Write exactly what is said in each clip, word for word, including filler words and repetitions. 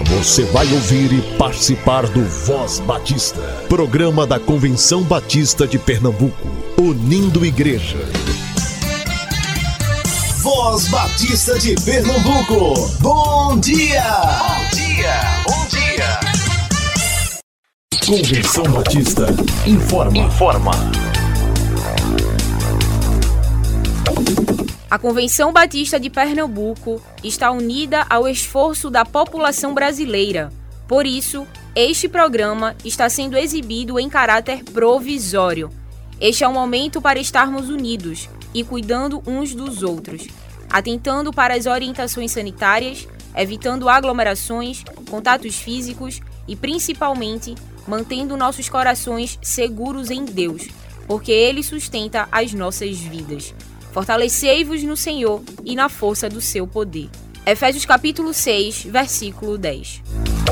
Você vai ouvir e participar do Voz Batista, programa da Convenção Batista de Pernambuco, unindo igreja. Voz Batista de Pernambuco, bom dia! Bom dia, bom dia! Convenção Batista informa. Informa. A Convenção Batista de Pernambuco está unida ao esforço da população brasileira. Por isso, este programa está sendo exibido em caráter provisório. Este é um momento para estarmos unidos e cuidando uns dos outros, atentando para as orientações sanitárias, evitando aglomerações, contatos físicos e, principalmente, mantendo nossos corações seguros em Deus, porque Ele sustenta as nossas vidas. Fortalecei-vos no Senhor e na força do seu poder. Efésios capítulo seis, versículo dez.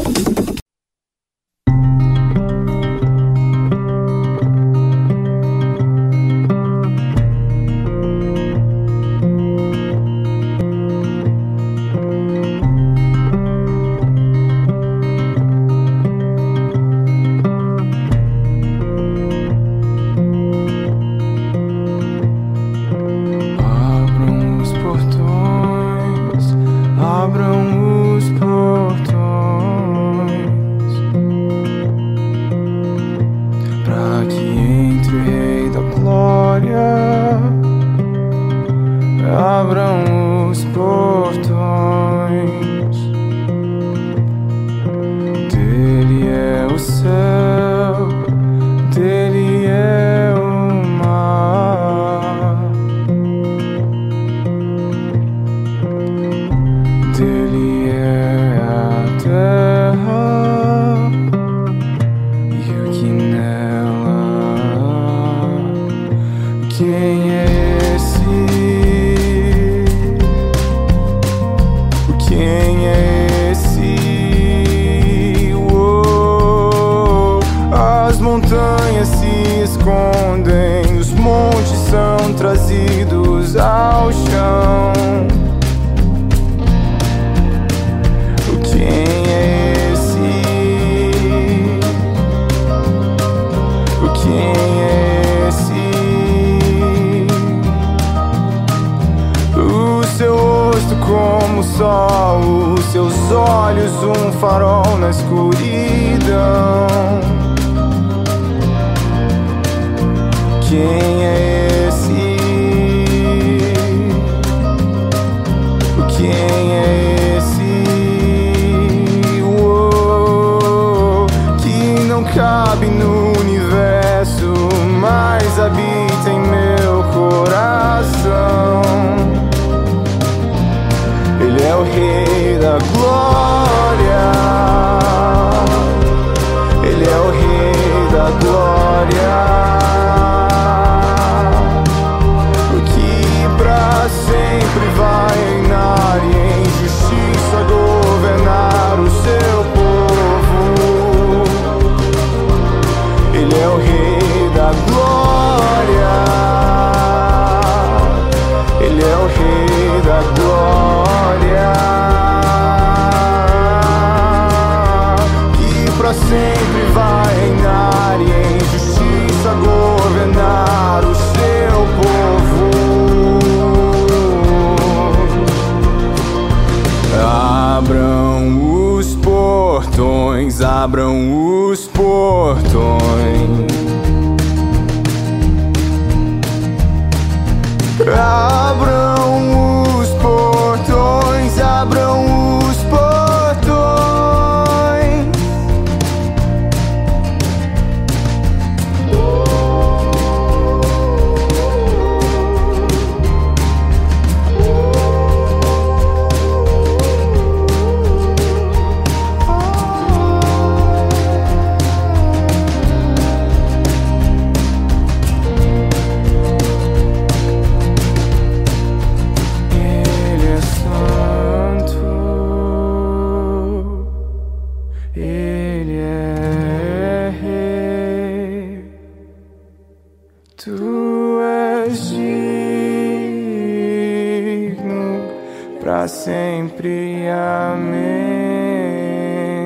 Abram os portões, dele é o céu, dele é o mar, dele é a terra e o que nela há. Quem é Quem é esse? Oh, as montanhas se escondem, os montes são trazidos ao chão. Quem é esse? Quem é esse? O seu rosto como o sol, os seus olhos um farol na escuridão. Quem é esse? Quem é esse? Oh, que não cabe no universo, mas habita em meu coração. Ele é o Rei da Glória, Ele é o Rei da Glória, o que pra sempre vai reinar e em justiça governar o seu povo. Ele é o Rei da Glória, Ele é o Rei da Glória, que pra sempre vai reinar e em justiça governar o seu povo. Abram os portões, abram os portões. Abram os portões, abram os portões. Tu és digno pra sempre, amém.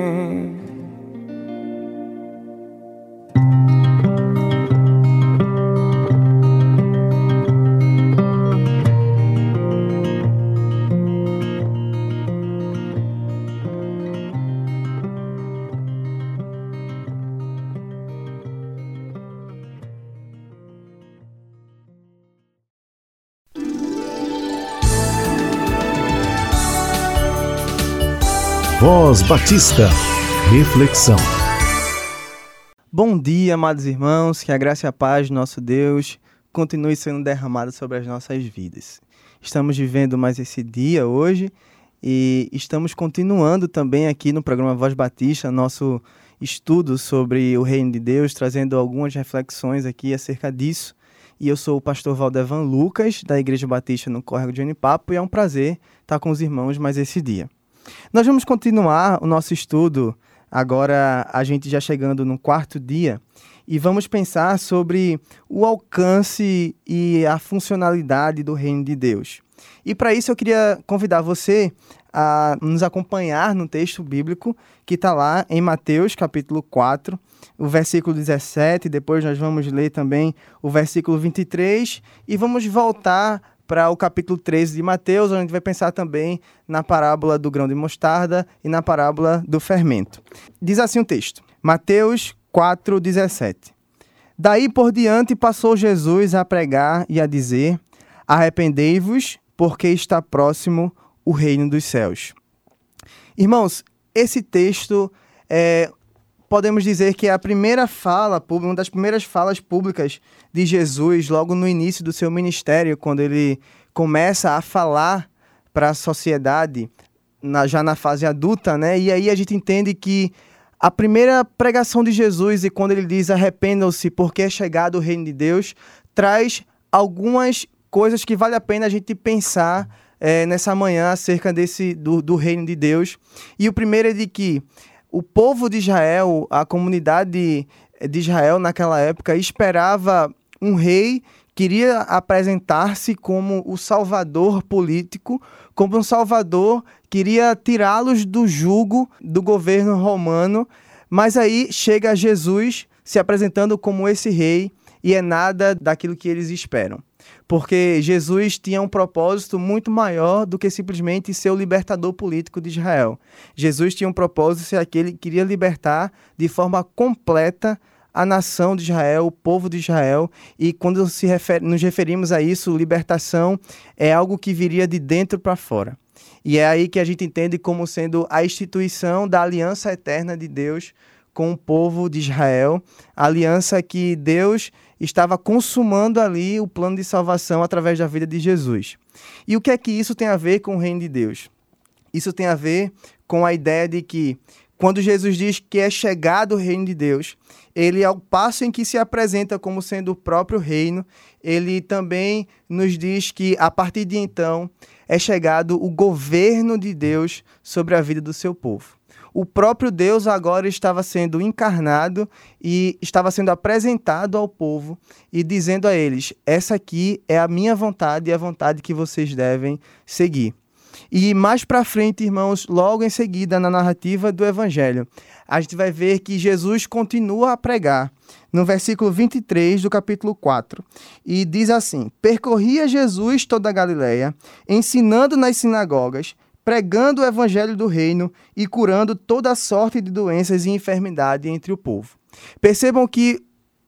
Voz Batista. Reflexão. Bom dia, amados irmãos, que a graça e a paz do nosso Deus continue sendo derramada sobre as nossas vidas. Estamos vivendo mais esse dia hoje e estamos continuando também aqui no programa Voz Batista, nosso estudo sobre o Reino de Deus, trazendo algumas reflexões aqui acerca disso. E eu sou o pastor Valdevan Lucas, da Igreja Batista no Córrego de Unipapo, e é um prazer estar com os irmãos mais esse dia. Nós vamos continuar o nosso estudo, agora a gente já chegando no quarto dia, e vamos pensar sobre o alcance e a funcionalidade do Reino de Deus. E para isso eu queria convidar você a nos acompanhar no texto bíblico que está lá em Mateus capítulo quatro, o versículo dezessete, depois nós vamos ler também o versículo vinte e três e vamos voltar para o capítulo treze de Mateus, onde a gente vai pensar também na parábola do grão de mostarda e na parábola do fermento. Diz assim o texto, Mateus quatro, dezessete. Daí por diante passou Jesus a pregar e a dizer, arrependei-vos, porque está próximo o reino dos céus. Irmãos, esse texto, é, podemos dizer que é a primeira fala, uma das primeiras falas públicas de Jesus, logo no início do seu ministério, quando ele começa a falar para a sociedade, na, já na fase adulta, né? E aí a gente entende que a primeira pregação de Jesus, e quando ele diz arrependam-se porque é chegado o reino de Deus, traz algumas coisas que vale a pena a gente pensar é, nessa manhã acerca desse, do, do reino de Deus. E o primeiro é de que o povo de Israel, a comunidade de Israel naquela época, esperava um rei, queria apresentar-se como o salvador político, como um salvador, queria tirá-los do jugo do governo romano, mas aí chega Jesus se apresentando como esse rei e é nada daquilo que eles esperam. Porque Jesus tinha um propósito muito maior do que simplesmente ser o libertador político de Israel. Jesus tinha um propósito de ser aquele que queria libertar de forma completa a nação de Israel, o povo de Israel, e quando se refere, nos referimos a isso, libertação é algo que viria de dentro para fora. E é aí que a gente entende como sendo a instituição da aliança eterna de Deus com o povo de Israel, a aliança que Deus estava consumando ali o plano de salvação através da vida de Jesus. E o que é que isso tem a ver com o reino de Deus? Isso tem a ver com a ideia de que quando Jesus diz que é chegado o reino de Deus, ele, ao passo em que se apresenta como sendo o próprio reino, ele também nos diz que, a partir de então, é chegado o governo de Deus sobre a vida do seu povo. O próprio Deus agora estava sendo encarnado e estava sendo apresentado ao povo e dizendo a eles, essa aqui é a minha vontade e a vontade que vocês devem seguir. E mais para frente, irmãos, logo em seguida, na narrativa do Evangelho, a gente vai ver que Jesus continua a pregar no versículo vinte e três do capítulo quatro. E diz assim, percorria Jesus toda a Galileia, ensinando nas sinagogas, pregando o evangelho do reino e curando toda sorte de doenças e enfermidade entre o povo. Percebam que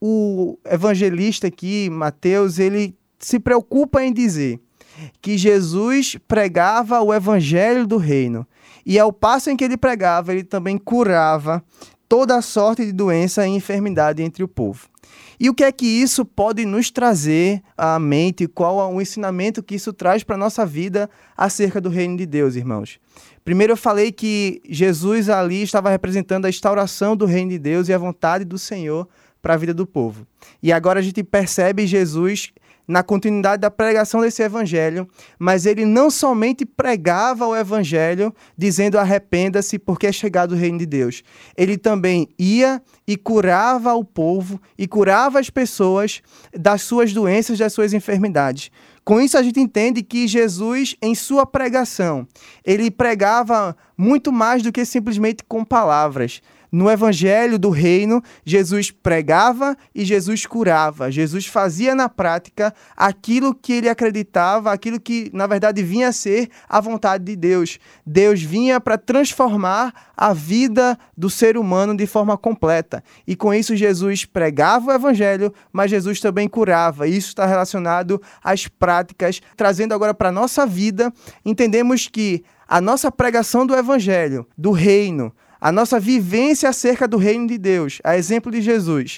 o evangelista aqui, Mateus, ele se preocupa em dizer que Jesus pregava o evangelho do reino e ao passo em que ele pregava, ele também curava toda a sorte de doença e enfermidade entre o povo. E o que é que isso pode nos trazer à mente? Qual é o ensinamento que isso traz para a nossa vida acerca do reino de Deus, irmãos? Primeiro eu falei que Jesus ali estava representando a instauração do reino de Deus e a vontade do Senhor para a vida do povo. E agora a gente percebe Jesus na continuidade da pregação desse evangelho, mas ele não somente pregava o evangelho dizendo arrependa-se porque é chegado o reino de Deus. Ele também ia e curava o povo e curava as pessoas das suas doenças, das suas enfermidades. Com isso a gente entende que Jesus, em sua pregação, ele pregava muito mais do que simplesmente com palavras. No evangelho do reino, Jesus pregava e Jesus curava. Jesus fazia na prática aquilo que ele acreditava, aquilo que, na verdade, vinha a ser a vontade de Deus. Deus vinha para transformar a vida do ser humano de forma completa. E com isso, Jesus pregava o evangelho, mas Jesus também curava. Isso está relacionado às práticas. Trazendo agora para a nossa vida, entendemos que a nossa pregação do evangelho, do reino, a nossa vivência acerca do reino de Deus, a exemplo de Jesus,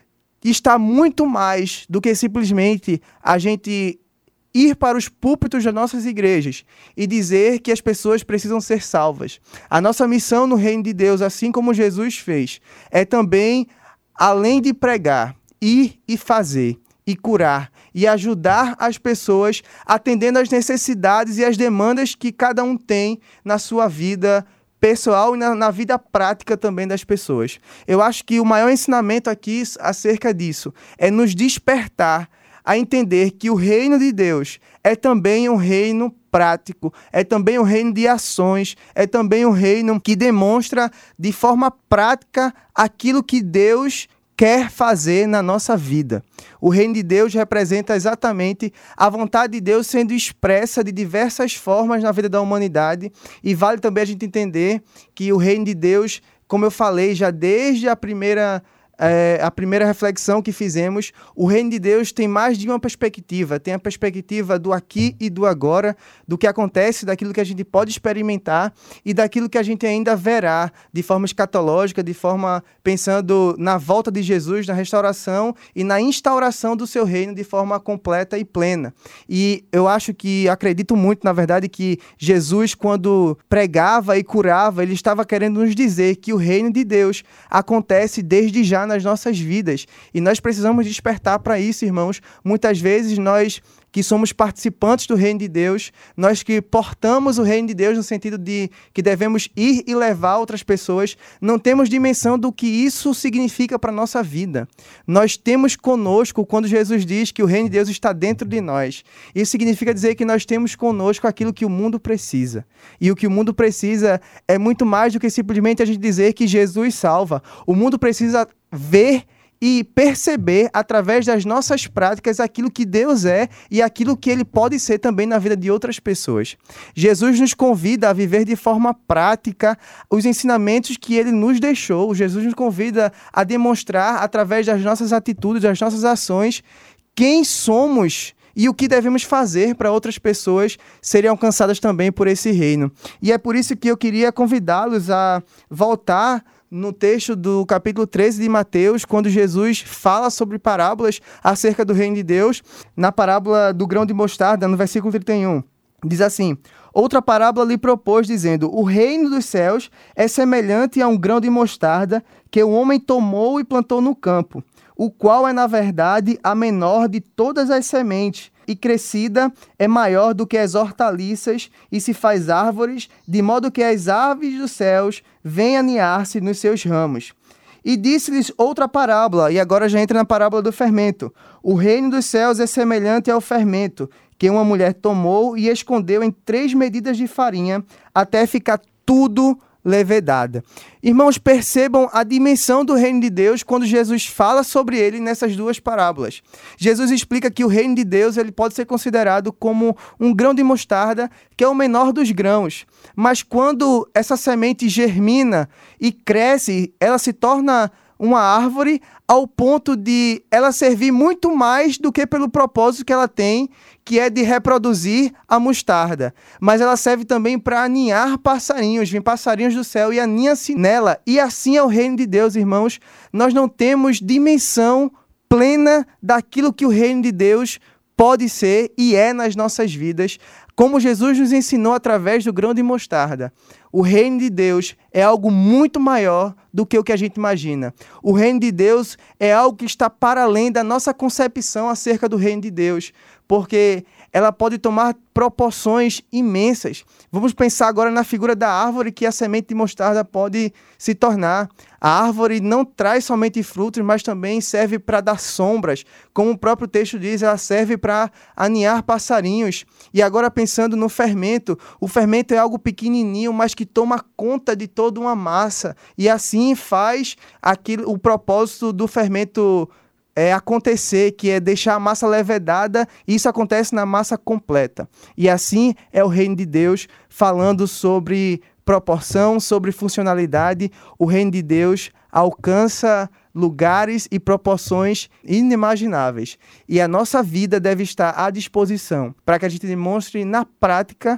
está muito mais do que simplesmente a gente ir para os púlpitos das nossas igrejas e dizer que as pessoas precisam ser salvas. A nossa missão no reino de Deus, assim como Jesus fez, é também, além de pregar, ir e fazer, e curar, e ajudar as pessoas atendendo às necessidades e às demandas que cada um tem na sua vida pessoal e na, na vida prática também das pessoas. Eu acho que o maior ensinamento aqui acerca disso é nos despertar a entender que o reino de Deus é também um reino prático, é também um reino de ações, é também um reino que demonstra de forma prática aquilo que Deus quer fazer na nossa vida. O reino de Deus representa exatamente a vontade de Deus sendo expressa de diversas formas na vida da humanidade, e vale também a gente entender que o reino de Deus, como eu falei já desde a primeira É, a primeira reflexão que fizemos, o reino de Deus tem mais de uma perspectiva, tem a perspectiva do aqui e do agora, do que acontece, daquilo que a gente pode experimentar e daquilo que a gente ainda verá de forma escatológica, de forma pensando na volta de Jesus, na restauração e na instauração do seu reino de forma completa e plena. E eu acho que, acredito muito, na verdade, que Jesus, quando pregava e curava, ele estava querendo nos dizer que o reino de Deus acontece desde já nas nossas vidas, e nós precisamos despertar para isso, irmãos. Muitas vezes nós que somos participantes do reino de Deus, nós que portamos o reino de Deus no sentido de que devemos ir e levar outras pessoas, não temos dimensão do que isso significa para a nossa vida. Nós temos conosco, quando Jesus diz que o reino de Deus está dentro de nós, isso significa dizer que nós temos conosco aquilo que o mundo precisa. E o que o mundo precisa é muito mais do que simplesmente a gente dizer que Jesus salva. O mundo precisa ver e perceber, através das nossas práticas, aquilo que Deus é e aquilo que Ele pode ser também na vida de outras pessoas. Jesus nos convida a viver de forma prática os ensinamentos que Ele nos deixou. Jesus nos convida a demonstrar, através das nossas atitudes, das nossas ações, quem somos e o que devemos fazer para outras pessoas serem alcançadas também por esse reino. E é por isso que eu queria convidá-los a voltar no texto do capítulo treze de Mateus, quando Jesus fala sobre parábolas acerca do reino de Deus, na parábola do grão de mostarda, no versículo trinta e um, diz assim: outra parábola lhe propôs, dizendo: o reino dos céus é semelhante a um grão de mostarda que o homem tomou e plantou no campo, o qual é, na verdade, a menor de todas as sementes, e crescida é maior do que as hortaliças, e se faz árvores, de modo que as aves dos céus vêm aninhar-se nos seus ramos. E disse-lhes outra parábola, e agora já entra na parábola do fermento. O reino dos céus é semelhante ao fermento, que uma mulher tomou e escondeu em três medidas de farinha, até ficar tudo levedada. Irmãos, percebam a dimensão do reino de Deus quando Jesus fala sobre ele nessas duas parábolas. Jesus explica que o reino de Deus ele pode ser considerado como um grão de mostarda, que é o menor dos grãos. Mas quando essa semente germina e cresce, ela se torna uma árvore ao ponto de ela servir muito mais do que pelo propósito que ela tem, que é de reproduzir a mostarda. Mas ela serve também para aninhar passarinhos, vêm passarinhos do céu e aninha-se nela. E assim é o reino de Deus, irmãos. Nós não temos dimensão plena daquilo que o reino de Deus pode ser e é nas nossas vidas, como Jesus nos ensinou através do grão de mostarda. O reino de Deus é algo muito maior do que o que a gente imagina. O reino de Deus é algo que está para além da nossa concepção acerca do reino de Deus, porque ela pode tomar proporções imensas. Vamos pensar agora na figura da árvore que a semente de mostarda pode se tornar. A árvore não traz somente frutos, mas também serve para dar sombras. Como o próprio texto diz, ela serve para aninhar passarinhos. E agora pensando no fermento, o fermento é algo pequenininho, mas que toma conta de toda uma massa. E assim faz aquilo, o propósito do fermento é acontecer, que é deixar a massa levedada, e isso acontece na massa completa. E assim é o reino de Deus, falando sobre proporção, sobre funcionalidade. O reino de Deus alcança lugares e proporções inimagináveis. E a nossa vida deve estar à disposição para que a gente demonstre na prática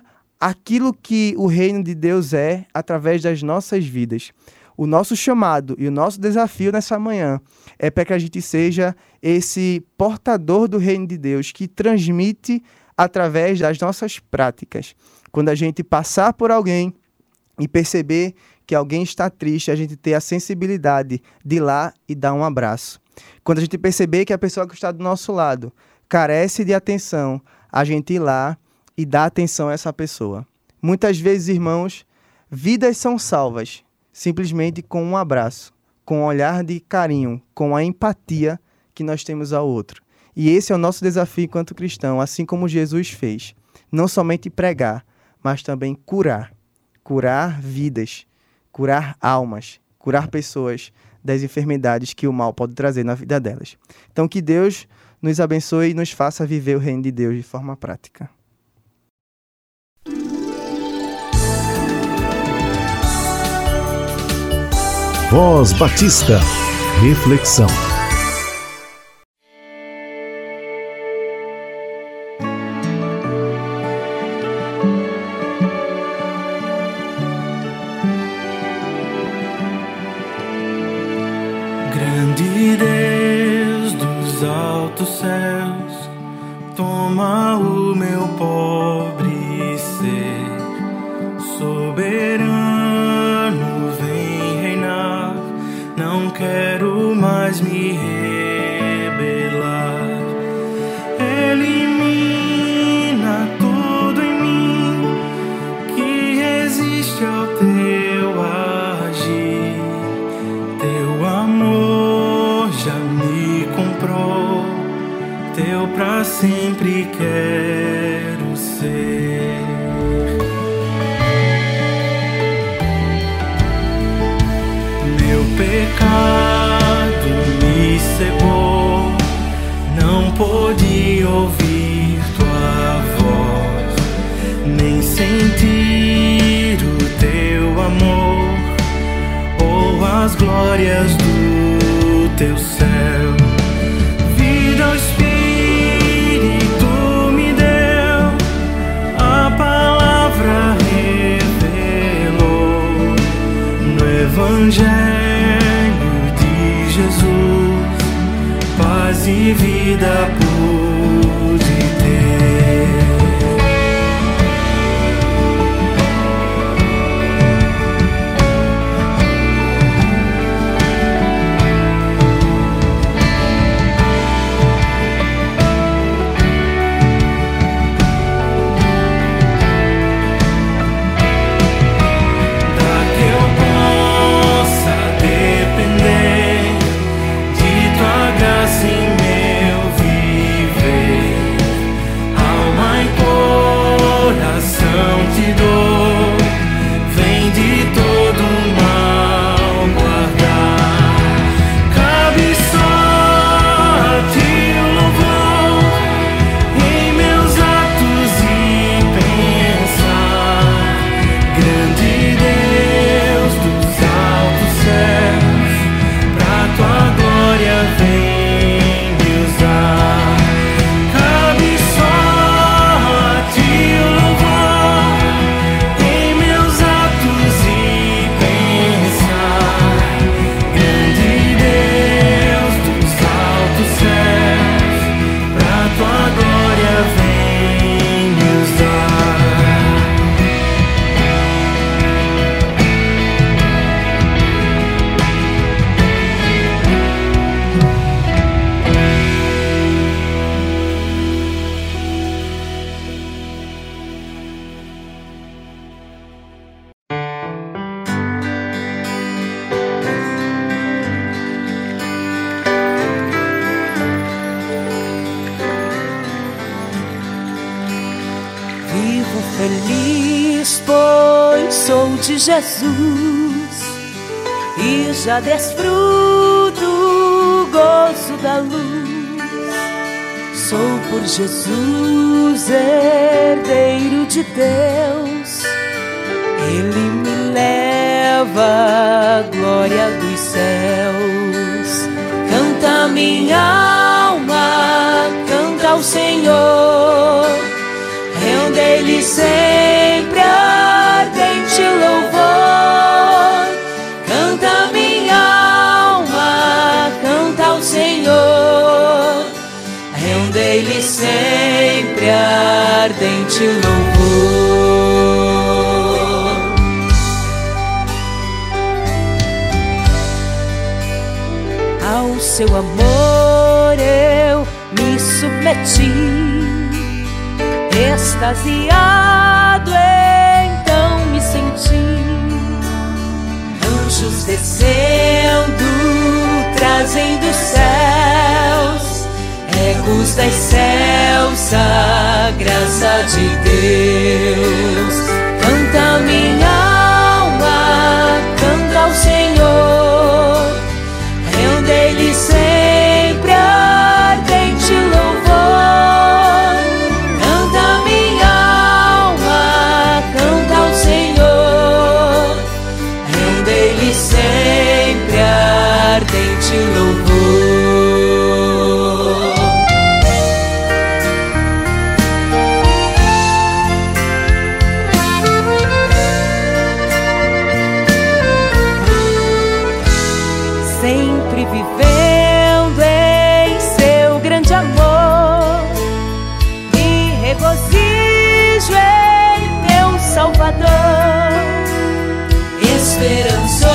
aquilo que o reino de Deus é através das nossas vidas. O nosso chamado e o nosso desafio nessa manhã é para que a gente seja esse portador do reino de Deus que transmite através das nossas práticas. Quando a gente passar por alguém e perceber que alguém está triste, a gente ter a sensibilidade de ir lá e dar um abraço. Quando a gente perceber que a pessoa que está do nosso lado carece de atenção, a gente ir lá e dar atenção a essa pessoa. Muitas vezes, irmãos, vidas são salvas simplesmente com um abraço, com um olhar de carinho, com a empatia que nós temos ao outro. E esse é o nosso desafio enquanto cristão, assim como Jesus fez. Não somente pregar, mas também curar. Curar vidas, curar almas, curar pessoas das enfermidades que o mal pode trazer na vida delas. Então, que Deus nos abençoe e nos faça viver o reino de Deus de forma prática. Voz Batista. Reflexão. Grande Deus dos altos céus, toma o meu pobre ser, soberano, vem reinar. Não quero mais me rebelar. Elimina tudo em mim que resiste ao teu agir. Teu amor já me comprou, teu pra sempre quero ser. Meu pecado me cegou, não pude ouvir tua voz, nem sentir o teu amor ou as glórias do teu céu. Vida ao Espírito me deu, a palavra revelou no Evangelho Jesus, paz e vida pude ter. Feliz, pois sou de Jesus e já desfruto o gozo da luz. Sou por Jesus herdeiro de Deus, Ele me leva à glória dos céus. Canta minha alma, canta ao Senhor, rende-lhe sempre seu amor eu me submeti. Extasiado então me senti. Anjos descendo, trazendo os céus, ecos das céus, a graça de Deus. Canta minha alma, canta ao Senhor, rende-lhe sempre ardente louvor. Canta minha alma, canta ao Senhor, rende-lhe sempre ardente louvor. Sempre vivendo em seu grande amor, me regozijo em meu Salvador. Esperançoso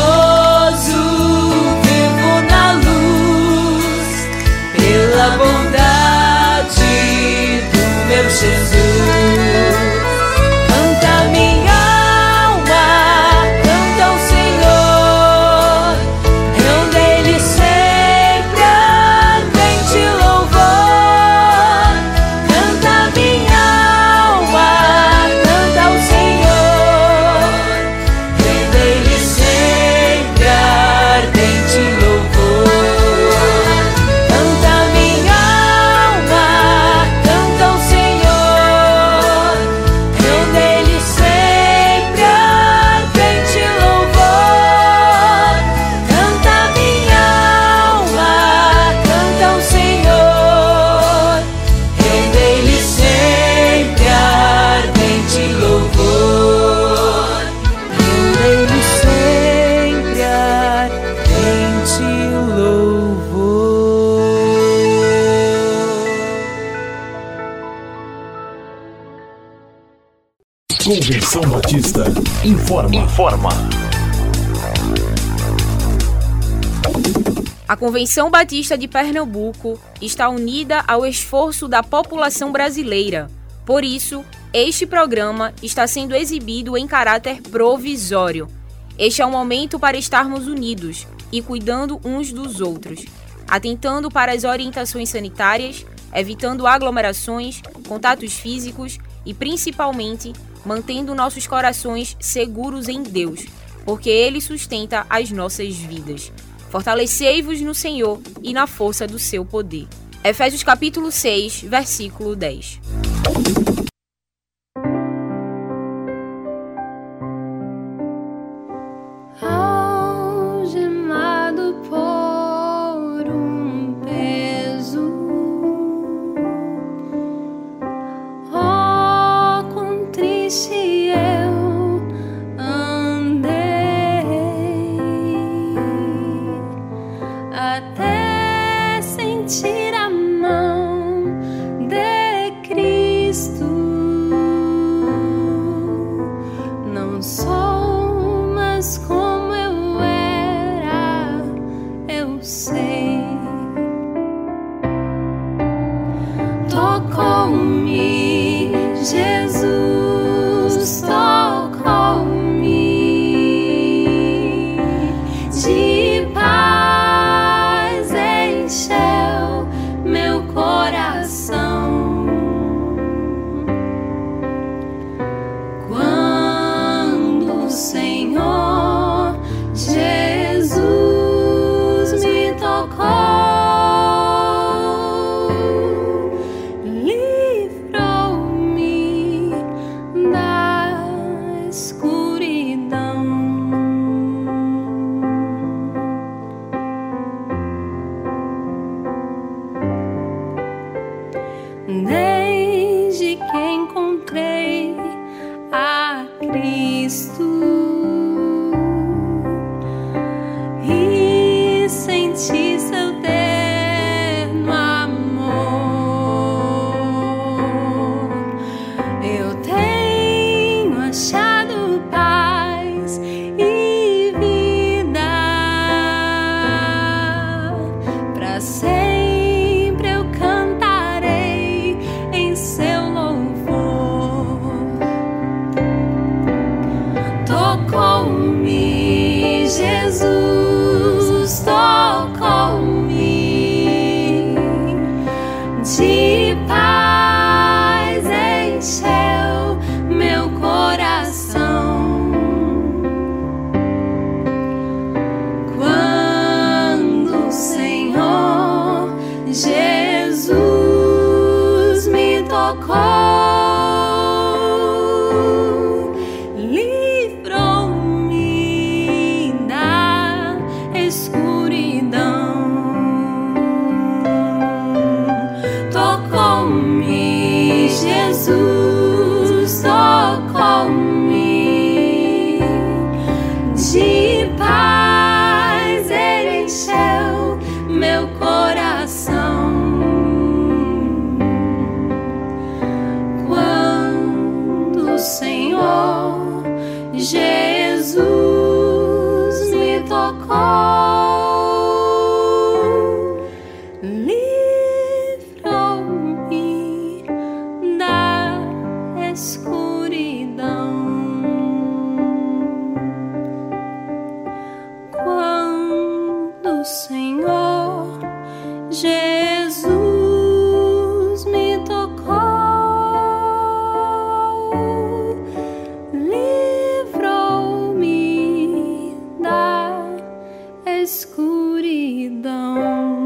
vivo na luz, pela bondade do meu Jesus. Canta minha alma, canta ao Senhor, rende-lhe sempre ardente louvor. Canta minha alma, canta ao Senhor, rende-lhe sempre ardente louvor. Canta minha alma, canta ao Senhor, rende-lhe sempre ardente louvor. Canta minha alma, canta ao Senhor, rende-lhe sempre ardente louvor. Rende-lhe sempre ardente louvor. Convenção Batista informa. Informa. A Convenção Batista de Pernambuco está unida ao esforço da população brasileira. Por isso, este programa está sendo exibido em caráter provisório. Este é o momento para estarmos unidos e cuidando uns dos outros, atentando para as orientações sanitárias, evitando aglomerações, contatos físicos e, principalmente, mantendo nossos corações seguros em Deus, porque Ele sustenta as nossas vidas. Fortalecei-vos no Senhor e na força do seu poder. Efésios capítulo seis, versículo dez. Algemado por um peso, oh, quão triste eu andei, até sentir a mão de Cristo de paz Ele encheu meu coração. Quando o Senhor Jesus me tocou, livrou-me da escuridão. Quando o Senhor Jesus me tocou, livrou-me da escuridão.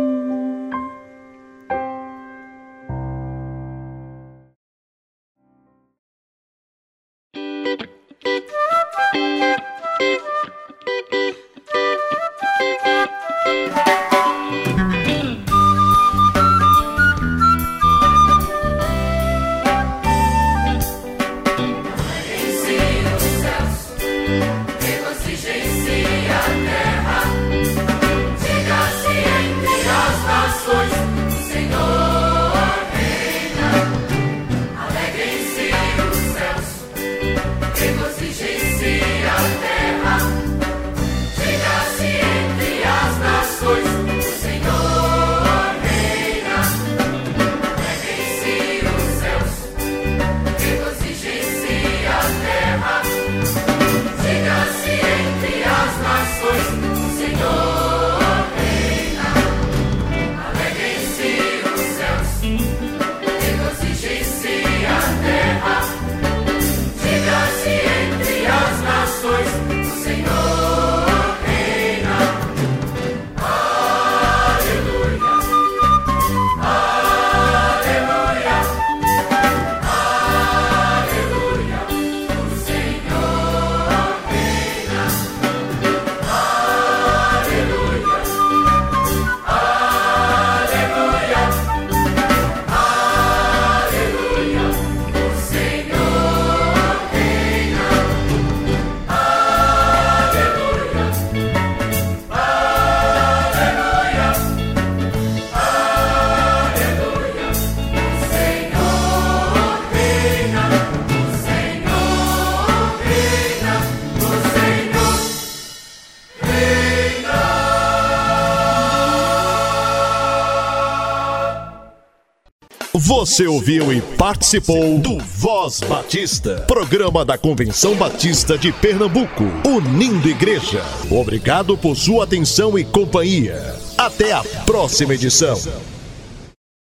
Você ouviu e participou do Voz Batista, programa da Convenção Batista de Pernambuco, unindo igreja. Obrigado por sua atenção e companhia. Até a próxima edição.